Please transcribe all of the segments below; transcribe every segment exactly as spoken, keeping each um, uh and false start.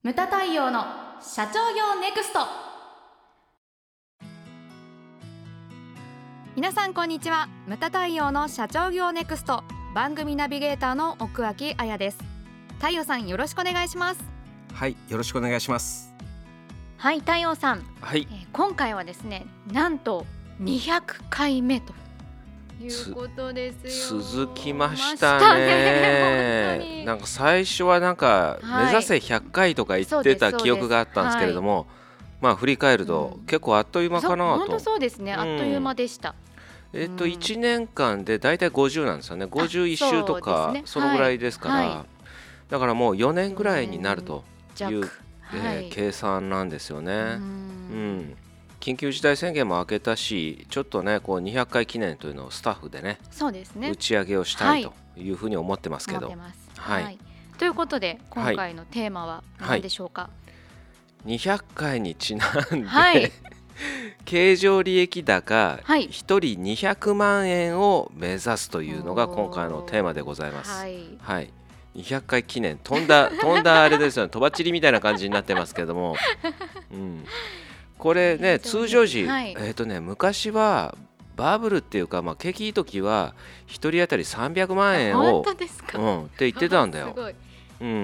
ムタ太陽の社長業ネクスト。皆さんこんにちは。ムタ太陽の社長業ネクスト番組ナビゲーターの奥脇彩です。太陽さんよろしくお願いします。 はい、よろしくお願いします。 はい、太陽さん、 はい、 えー、今回はですね、なんとにひゃくかいめということですよ。 続きましたね。ねなんか最初はなんか目指せひゃっかいとか言ってた記憶があったんですけれども、はい、まあ振り返ると結構あっという間かなと。 本当そうですね、あっという間でした。 うん、えっといちねんかんでだいたいごじゅうなんですよね。ごじゅういっ周とか そ,、ね、そのぐらいですから、はいはい、だからもうよねんぐらいになるという、えーはい、計算なんですよね。うんうん緊急事態宣言も明けたし、ちょっとねこうにひゃっかい記念というのをスタッフでね、 そうですね、 打ち上げをしたいというふうに思ってますけど、 はいはいはい、ということで今回のテーマは何でしょうか。はい、 にひゃっかいにちなんで、 はい、 経常利益高、はい、ひとりにひゃくまんえんを目指すというのが今回のテーマでございます。はい、はい、にひゃっかい記念飛んだ飛んだあれですよね、とばっちりみたいな感じになってますけども、うんこれね通常時、はい、えーとね、昔はバブルっていうか、まあ、景気いい時はひとり当たりさんびゃくまんえんを、 本当ですか、 うん、って言ってたんだよ。うん、うん、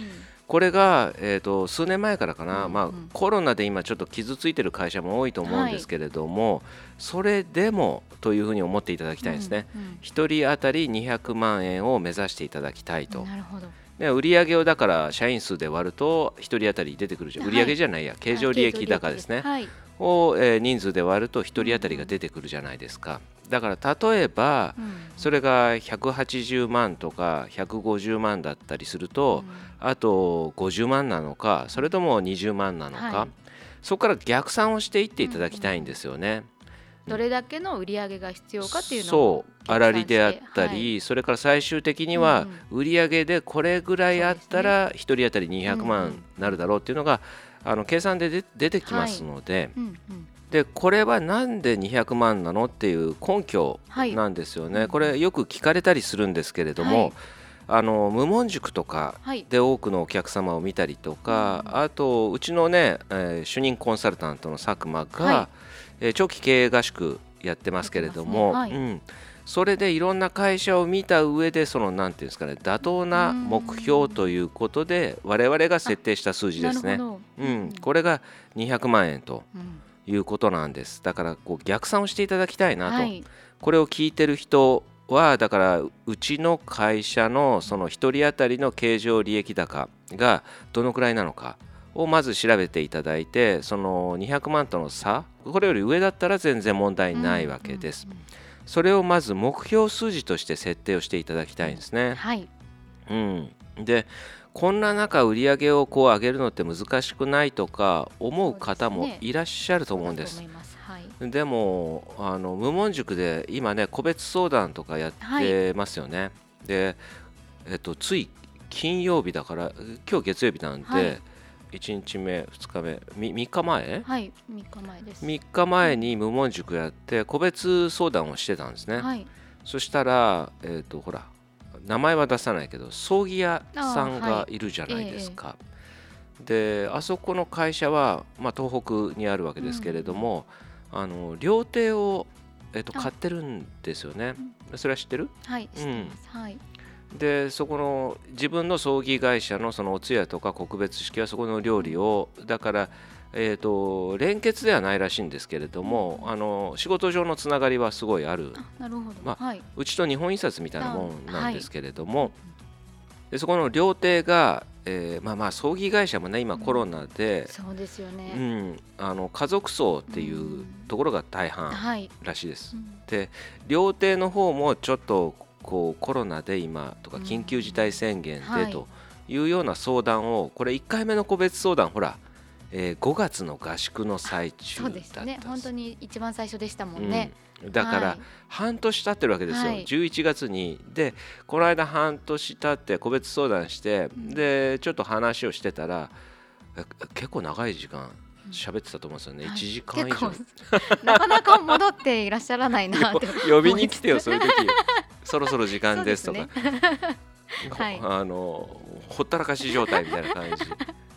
これが、えーと数年前からかな、うんうんまあ、コロナで今ちょっと傷ついてる会社も多いと思うんですけれども、はい、それでもというふうに思っていただきたいですね。うんうん、ひとり当たりにひゃくまんえんを目指していただきたいと。 なるほど。 で売上をだから社員数で割るとひとり当たり出てくるじゃん、はい、売上じゃないや経常利益高ですね、はい、を、えー、人数で割るとひとり当たりが出てくるじゃないですか。だから例えば、うん、それがひゃくはちじゅうまんとかひゃくごじゅうまんだったりすると、うん、あとごじゅうまんなのかそれともにじゅうまんなのか、はい、そこから逆算をしていっていただきたいんですよね。うんうんどれだけの売り上げが必要かっていうのをそう粗利であったり、はい、それから最終的には売り上げでこれぐらいあったらひとり当たりにひゃくまんになるだろうっていうのがあの計算で出てきますので、はいうんうん、でこれはなんでにひゃくまんなのっていう根拠なんですよね、はい、これよく聞かれたりするんですけれども、はいあの無門塾とかで多くのお客様を見たりとか、はい、あとうちのね、えー、主任コンサルタントの佐久間が、はいえー、長期経営合宿やってますけれども、ねはいうん、それでいろんな会社を見た上でそのなんていうんですかね妥当な目標ということで我々が設定した数字ですね、うん、これがにひゃくまんえんということなんです。だからこう逆算をしていただきたいなと、はい、これを聞いてる人はだからうちの会社のそのひとり当たりの経常利益高がどのくらいなのかをまず調べていただいて、そのにひゃくまんとの差これより上だったら全然問題ないわけです、うんうんうん、それをまず目標数字として設定をしていただきたいんですね、はいうん、でこんな中売り上げをこう上げるのって難しくないとか思う方もいらっしゃると思うんです。でもあの無門塾で今ね個別相談とかやってますよね、はい、で、えっと、つい金曜日だから今日月曜日なんで、はい、いちにちめふつかめ 3, 3日前はいみっかまえです。 みっかまえに無門塾やって個別相談をしてたんですね、はい、そしたら、えっと、ほら名前は出さないけど葬儀屋さんがいるじゃないですか、はいええ、であそこの会社は、まあ、東北にあるわけですけれども、うんあの料亭を、えっと、買ってるんですよね、うん、それは知ってる？ はい知ってます、うんはい、 でそこの自分の葬儀会社のそのお通夜とか告別式はそこの料理をだから、えーと、連結ではないらしいんですけれども、うん、あの仕事上のつながりはすごいある。 あなるほど、 まあはい、 うちと日本印刷みたいなもんなんですけれども、はい、でそこの料亭がえー、まあまあ葬儀会社もね今コロナで、うん、 そうですよね、 うん、あの家族葬っていうところが大半らしいです、うんはい、で料亭の方もちょっとこうコロナで今とか緊急事態宣言でというような相談をこれいっかいめの個別相談ほら、えー、ごがつの合宿の最中だったんです。 そうですね本当に一番最初でしたもんね、 うん、だから半年経ってるわけですよ、はい、じゅういちがつにでこの間半年経って個別相談して、うん、でちょっと話をしてたら結構長い時間喋ってたと思うんですよね、うん、いちじかん以上なかなか戻っていらっしゃらないなって呼びに来てよそういう時そろそろ時間ですとか、ねはい、あのほったらかし状態みたいな感じは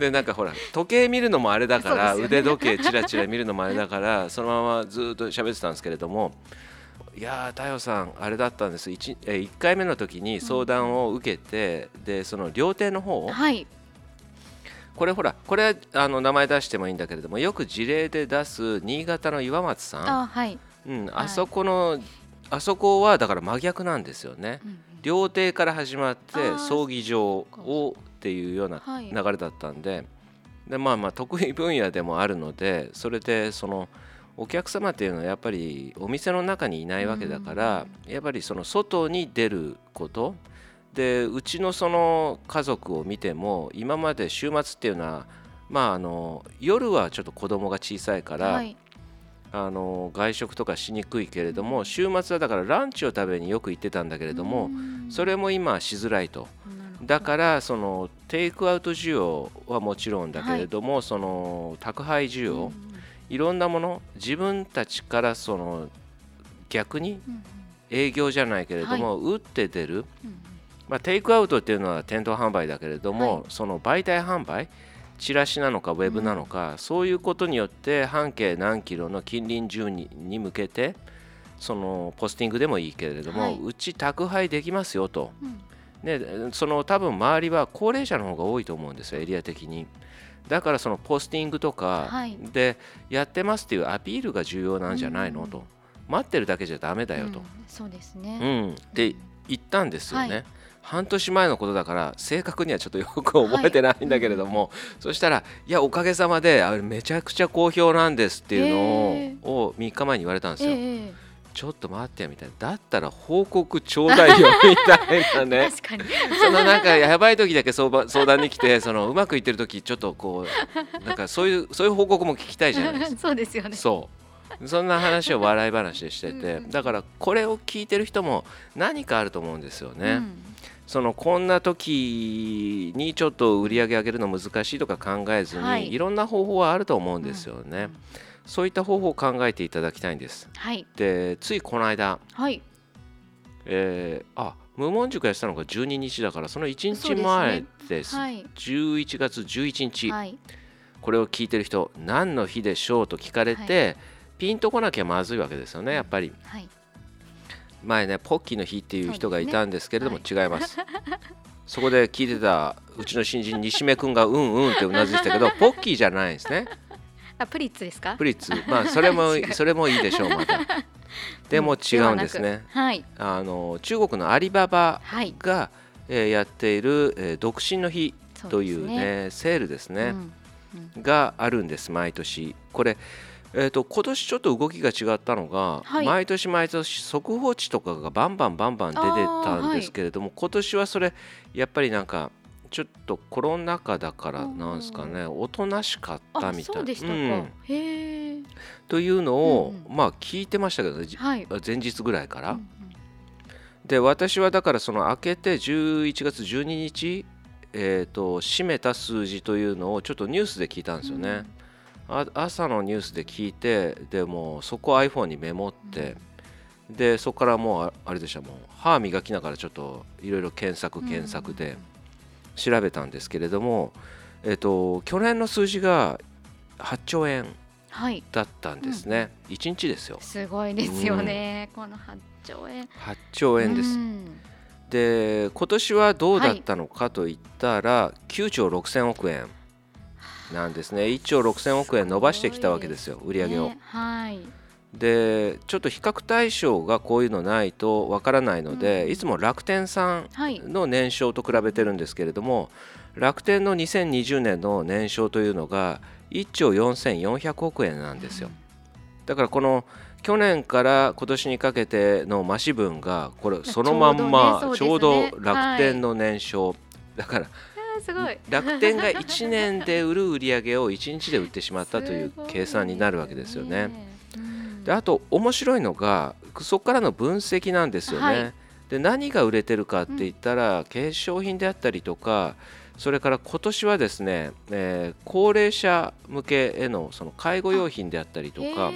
でなんかほら時計見るのもあれだから、ね、腕時計チラチラ見るのもあれだからそのままずっと喋ってたんですけれども、いやー太陽さんあれだったんです。 1, えいっかいめの時に相談を受けて、うん、でその料亭の方、 はい、 これほらこれあの名前出してもいいんだけれども、よく事例で出す新潟の岩松さん、 あ、はい、 うん、あそこの、はい、あそこはだから真逆なんですよね、うんうん、料亭から始まって葬儀場をっていうような流れだったんで、はい、でまあまあ得意分野でもあるので、それでそのお客様っていうのはやっぱりお店の中にいないわけだから、うん、やっぱりその外に出ることで、うちのその家族を見ても今まで週末っていうのは、まあ、あの夜はちょっと子供が小さいから、はい、あの外食とかしにくいけれども、週末はだからランチを食べによく行ってたんだけれども、それも今しづらいと。だからそのテイクアウト需要はもちろんだけれども、はい、その宅配需要、いろんなもの自分たちからその逆に営業じゃないけれども、はい、打って出る、まあ、テイクアウトっていうのは店頭販売だけれども、はい、その媒体販売、チラシなのかウェブなのか、うん、そういうことによって半径何キロの近隣住人に向けてそのポスティングでもいいけれども、はい、うち宅配できますよと、うん、ね、その多分周りは高齢者の方が多いと思うんですよ、エリア的に。だからそのポスティングとかでやってますっていうアピールが重要なんじゃないの、うん、と、待ってるだけじゃダメだよと、うん、 そうですね、 うん、って言ったんですよね、はい、半年前のことだから正確にはちょっとよく覚えてないんだけれども、はい、そしたらいやおかげさまであれめちゃくちゃ好評なんですっていうのを、えー、をみっかまえに言われたんですよ、えー、ちょっと待ってみたいな、だったら報告ちょうだいよみたいなね確かにそのなんかやばい時だけ相談に来て、そのうまくいってる時ちょっとこうなんかそういうそういう報告も聞きたいじゃないですかそうですよね。 そうそんな話を笑い話でしてて、だからこれを聞いてる人も何かあると思うんですよね、うん、そのこんな時にちょっと売り上げ上げるの難しいとか考えずに、はい、いろんな方法はあると思うんですよね、うん、そういった方法を考えていただきたいんです、はい、でついこの間、はい、えー、あ無門塾やってたのがじゅうににちだから、そのいちにちまえです、はい、じゅういちがつじゅういちにち、はい、これを聞いてる人何の日でしょうと聞かれて、はい、ピンとこなきゃまずいわけですよね、やっぱり、はい、前ねポッキーの日っていう人がいたんですけれども、ね、違います、はい、そこで聞いてたうちの新人西目くんがうんうんってうなずいてたけどポッキーじゃないんですね。 あ、プリッツですか？ プリッツ、まあそれもそれもいいでしょう、またでも違うんですね、はい、あの中国のアリババが、はい、えー、やっている、えー、独身の日というね、セールですね、うんうん、があるんです、毎年。これえー、と今年ちょっと動きが違ったのが、はい、毎年毎年速報値とかがバンバンバンバン出てたんですけれども、はい、今年はそれやっぱりなんかちょっとコロナ禍だからなんですかね、おとなしかったみたいな。そうでしたか、うん、へーというのを、うん、まあ聞いてましたけどね、はい、前日ぐらいから、うんうん、で私はだからその明けてじゅういちがつじゅうににち、えー、と締めた数字というのをちょっとニュースで聞いたんですよね、うん、朝のニュースで聞いて、でもうそこ iPhone にメモって、うん、でそこからもうあれでした、もう歯磨きながらちょっといろいろ検索検索で調べたんですけれども、うん、えっと去年の数字がはっちょうえんだったんですね、はい、うん、いちにちですよ。 すごいですよね、うん、このはっちょうえんはっちょうえんです、うん、で今年はどうだったのかといったら、はい、きゅうちょうろくせんおくえんなんですね。いっちょうろくせんおくえん伸ばしてきたわけですよ、売り上げを、ね、はい、でちょっと比較対象がこういうのないとわからないので、うん、いつも楽天さんの年商と比べてるんですけれども、楽天のにせんにじゅうねんの年商というのがいっちょうよんせんよんひゃくおくえんなんですよ、うん、だからこの去年から今年にかけての増し分がこれそのまんまちょうど楽天の年商、はい、だからすごい楽天がいちねんで売る売り上げをいちにちで売ってしまったという計算になるわけですよね。であと面白いのがそこからの分析なんですよね、はい、で何が売れてるかって言ったら、うん、化粧品であったりとか、それから今年はですね、えー、高齢者向けへのその介護用品であったりとか、うん、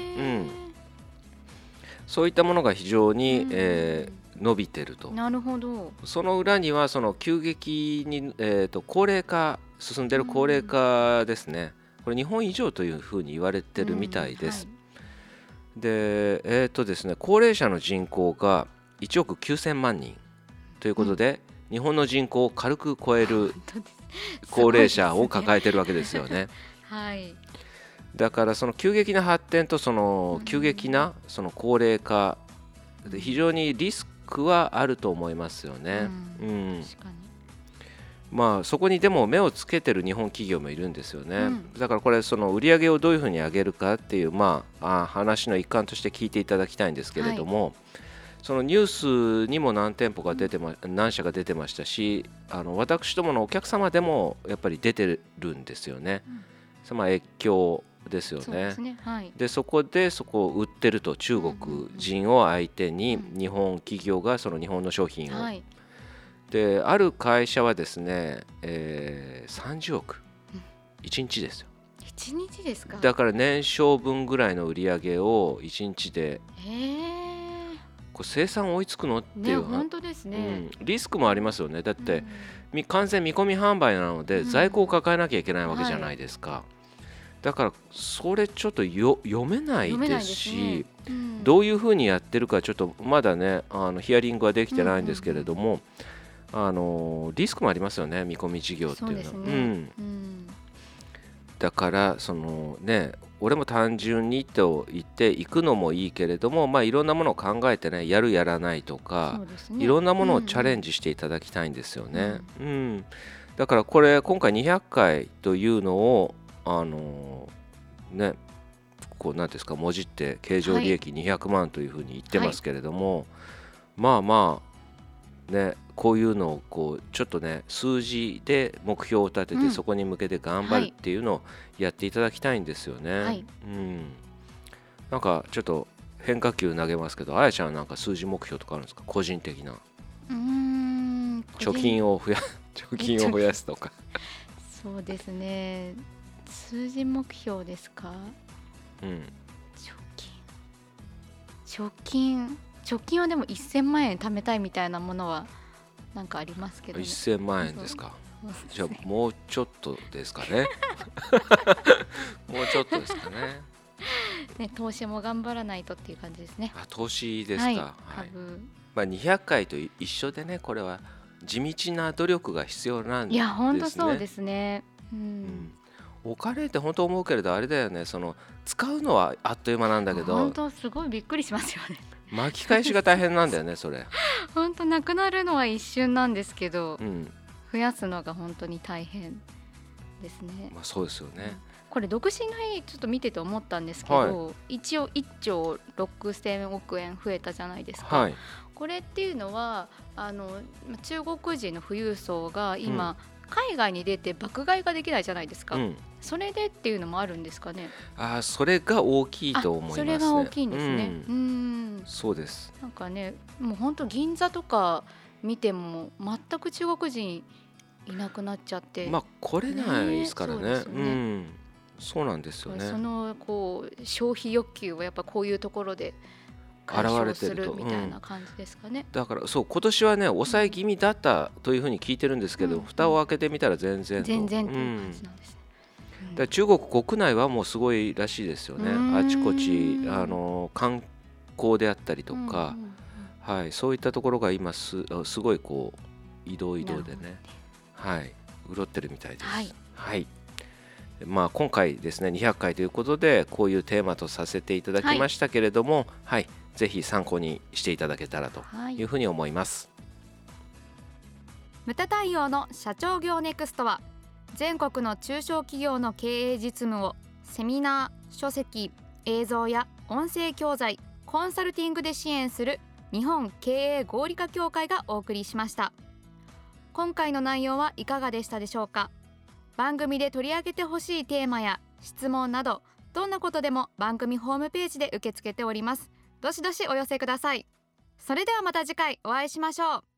そういったものが非常に、うん、えー伸びてると。 なるほど。 その裏にはその急激に、えー、と高齢化進んでる高齢化ですね、これ日本以上というふうに言われてるみたいです、うん、はい、でえーとですね高齢者の人口がいちおくきゅうせんまんにんということで、うん、日本の人口を軽く超える高齢者を抱えてるわけですよね。 はい、 だからその急激な発展とその急激なその高齢化で非常にリスクはあると思いますよね、うんうん、確かに、まあ、そこにでも目をつけてる日本企業もいるんですよね、うん、だからこれその売り上げをどういうふうに上げるかっていう、まあ、あ話の一環として聞いていただきたいんですけれども、はい、そのニュースにも何店舗か出て、ま、何社か出てましたし、あの私どものお客様でもやっぱり出てるんですよね、うん、まあ、越境ですよね。そうですね、はい、でそこでそこを売ってると、中国人を相手に日本企業がその日本の商品を、はい、である会社はですね、えー、さんじゅうおく、いちにちですよ。 いちにちですか。 だから年商分ぐらいの売り上げをいちにちで、 へー、 これ生産追いつくのっていう、 ね、本当ですね、 うん、リスクもありますよね。だって、うん、完全見込み販売なので、うん、在庫を抱えなきゃいけないわけじゃないですか、はい、だからそれちょっとよ読めないですし、ですね、うん、どういうふうにやってるかちょっとまだね、あのヒアリングはできてないんですけれども、うんうんうん、あのリスクもありますよね、見込み事業っていうのは。そうですね、うんうん、だからそのね、俺も単純にと言っていくのもいいけれども、まあ、いろんなものを考えてね、やるやらないとか、ね、いろんなものをチャレンジしていただきたいんですよね、うんうん、だからこれ今回にひゃっかいというのをあのね、こうなんですか、もじって経常利益にひゃくまんというふうに言ってますけれども、はい、まあまあね、こういうのをこうちょっとね、数字で目標を立てて、うん、そこに向けて頑張るっていうのをやっていただきたいんですよね、はい、うん、なんかちょっと変化球投げますけど、あやちゃんはなんか数字目標とかあるんですか、個人的な。 うーん、 貯金を増や貯金を増やすとかそうですね、数字目標ですか、 うん、 貯金貯金貯金はでもせんまんえん貯めたいみたいなものはなんかありますけど、ね、 せんまんえんですか。じゃあもうちょっとですかねもうちょっとですかねね、投資も頑張らないとっていう感じですね。 あ、投資ですか、はいはい、まあ、にひゃっかいと一緒でね、これは地道な努力が必要なんですね。 いや本当そうですね、うんうん、 お金って本当思うけれどあれだよね、その使うのはあっという間なんだけど、 本当すごいびっくりしますよね巻き返しが大変なんだよねそれ本当なくなるのは一瞬なんですけど、 うん、 増やすのが本当に大変ですね。 まあ、そうですよね、うん、 これ独身のちょっと見てて思ったんですけど、はい、一応いっちょうろくせんおくえん増えたじゃないですか、はい、これっていうのはあの中国人の富裕層が今、うん、海外に出て爆買いができないじゃないですか、うん、それでっていうのもあるんですかね。 あ、それが大きいと思いますね。 それが大きいんですね、 うん、うん、そうです。 なんかね、もう本当銀座とか見ても全く中国人いなくなっちゃって、 まあ来れないですからね、ね、そうですよね、うん、そうなんですよね。 そのこう消費欲求はやっぱこういうところで解消するみたいな感じですかね、 うん、だからそう今年はね抑え気味だったというふうに聞いてるんですけど、うん、蓋を開けてみたら全然と全然という感じなんですね、 うん、だから中国国内はもうすごいらしいですよね。あちこちあの観光であったりとか、うんうんうん、はい、そういったところが今 す, すごいこう移動移動でね、はい、潤ってるみたいです、はい、はい、まあ、今回ですねにひゃっかいということでこういうテーマとさせていただきましたけれども、はい、はい、ぜひ参考にしていただけたらというふうに思います、はい、 ムタ太陽の社長業ネクストは全国の中小企業の経営実務をセミナー、書籍、映像や音声教材、コンサルティングで支援する日本経営合理化協会がお送りしました。今回の内容はいかがでしたでしょうか。番組で取り上げてほしいテーマや質問などどんなことでも番組ホームページで受け付けております。どしどしお寄せください。それではまた次回お会いしましょう。